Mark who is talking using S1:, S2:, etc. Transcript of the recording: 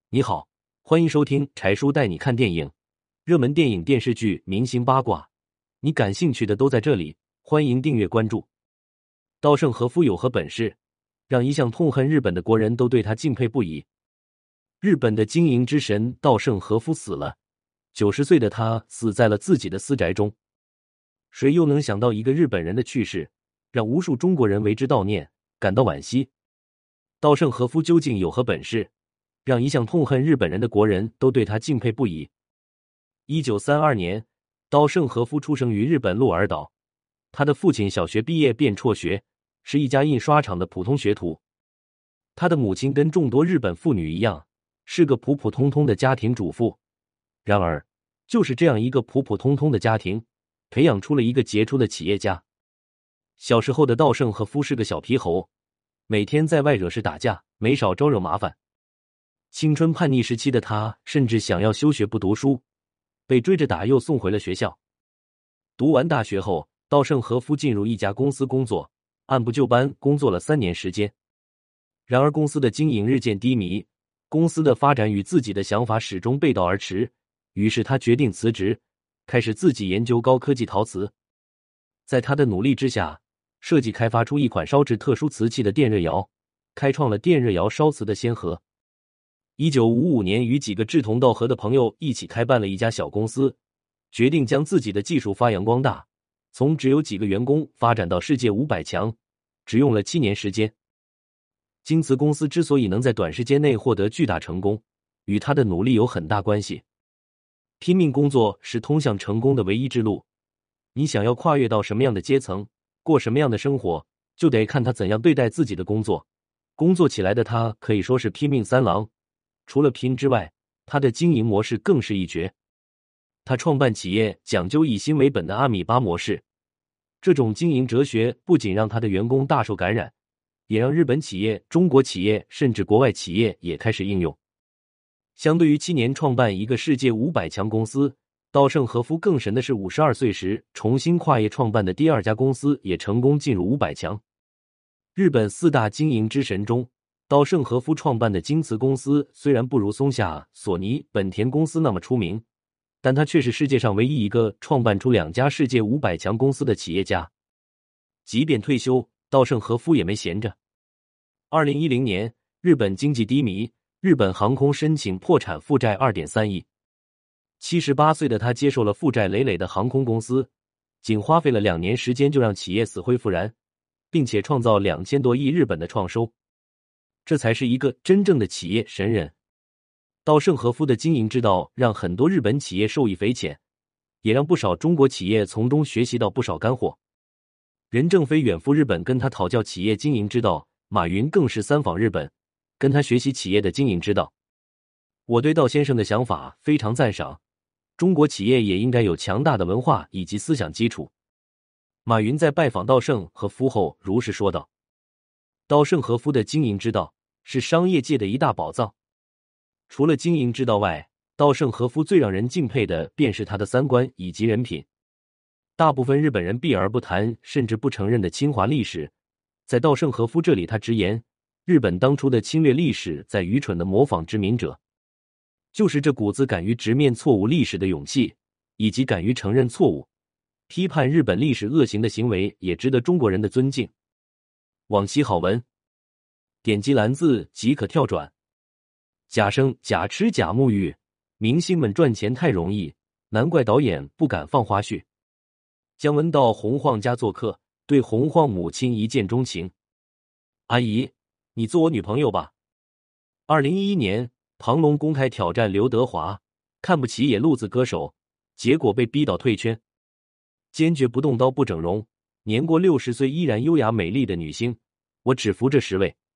S1: 你好，欢迎收听柴叔带你看电影，热门电影、电视剧、明星八卦，你感兴趣的都在这里。欢迎订阅关注。稻盛和夫有何本事，让一向痛恨日本的国人都对他敬佩不已。日本的经营之神稻盛和夫死了，90岁的他死在了自己的私宅中。谁又能想到一个日本人的去世，让无数中国人为之悼念，感到惋惜？稻盛和夫究竟有何本事，让一向痛恨日本人的国人都对他敬佩不已。1932年，稻盛和夫出生于日本鹿儿岛。他的父亲小学毕业便辍学，是一家印刷厂的普通学徒。他的母亲跟众多日本妇女一样，是个普普通通的家庭主妇。然而，就是这样一个普普通通的家庭，培养出了一个杰出的企业家。小时候的稻盛和夫是个小皮猴，每天在外惹事打架，没少招惹麻烦。青春叛逆时期的他，甚至想要休学不读书，被追着打又送回了学校。读完大学后，稻盛和夫进入一家公司工作，按部就班工作了3年时间。然而公司的经营日渐低迷，公司的发展与自己的想法始终背道而驰，于是他决定辞职，开始自己研究高科技陶瓷。在他的努力之下，设计开发出一款烧制特殊瓷器的电热窑，开创了电热窑烧瓷的先河。1955年，与几个志同道合的朋友一起开办了一家小公司，决定将自己的技术发扬光大，从只有几个员工发展到世界500强，只用了7年时间。京瓷公司之所以能在短时间内获得巨大成功，与他的努力有很大关系。拼命工作是通向成功的唯一之路，你想要跨越到什么样的阶层，过什么样的生活，就得看他怎样对待自己的工作。工作起来的他可以说是拼命三郎，除了拼之外，他的经营模式更是一绝。他创办企业讲究以心为本的阿米巴模式，这种经营哲学不仅让他的员工大受感染，也让日本企业、中国企业甚至国外企业也开始应用。相对于7年创办一个世界500强公司，稻盛和夫更神的是52岁时重新跨业创办的第2家公司也成功进入500强。日本4大经营之神中，稻盛和夫创办的京瓷公司虽然不如松下、索尼、本田公司那么出名，但他却是世界上唯一一个创办出2家世界500强公司的企业家。即便退休，稻盛和夫也没闲着。2010年，日本经济低迷，日本航空申请破产，负债2.3亿。78岁的他接受了负债累累的航空公司，仅花费了2年时间就让企业死灰复燃，并且创造2000多亿日本的创收。这才是一个真正的企业神人。稻盛和夫的经营之道让很多日本企业受益匪浅，也让不少中国企业从中学习到不少干货。任正非远赴日本跟他讨教企业经营之道，马云更是3访日本，跟他学习企业的经营之道。我对稻先生的想法非常赞赏，中国企业也应该有强大的文化以及思想基础。马云在拜访稻盛和夫后如是说道。稻盛和夫的经营之道是商业界的一大宝藏。除了经营之道外，稻盛和夫最让人敬佩的便是他的3观以及人品。大部分日本人避而不谈，甚至不承认的侵华历史，在稻盛和夫这里，他直言，日本当初的侵略历史在愚蠢的模仿殖民者。就是这股子敢于直面错误历史的勇气，以及敢于承认错误，批判日本历史恶行的行为，也值得中国人的尊敬。往期好文，点击蓝字即可跳转。假生假吃假沐浴，明星们赚钱太容易，难怪导演不敢放花絮。姜文到洪晃家做客，对洪晃母亲一见钟情。阿姨，你做我女朋友吧。2011年，庞龙公开挑战刘德华，看不起野路子歌手，结果被逼倒退圈。坚决不动刀不整容，年过60岁依然优雅美丽的女星，我只服这10位。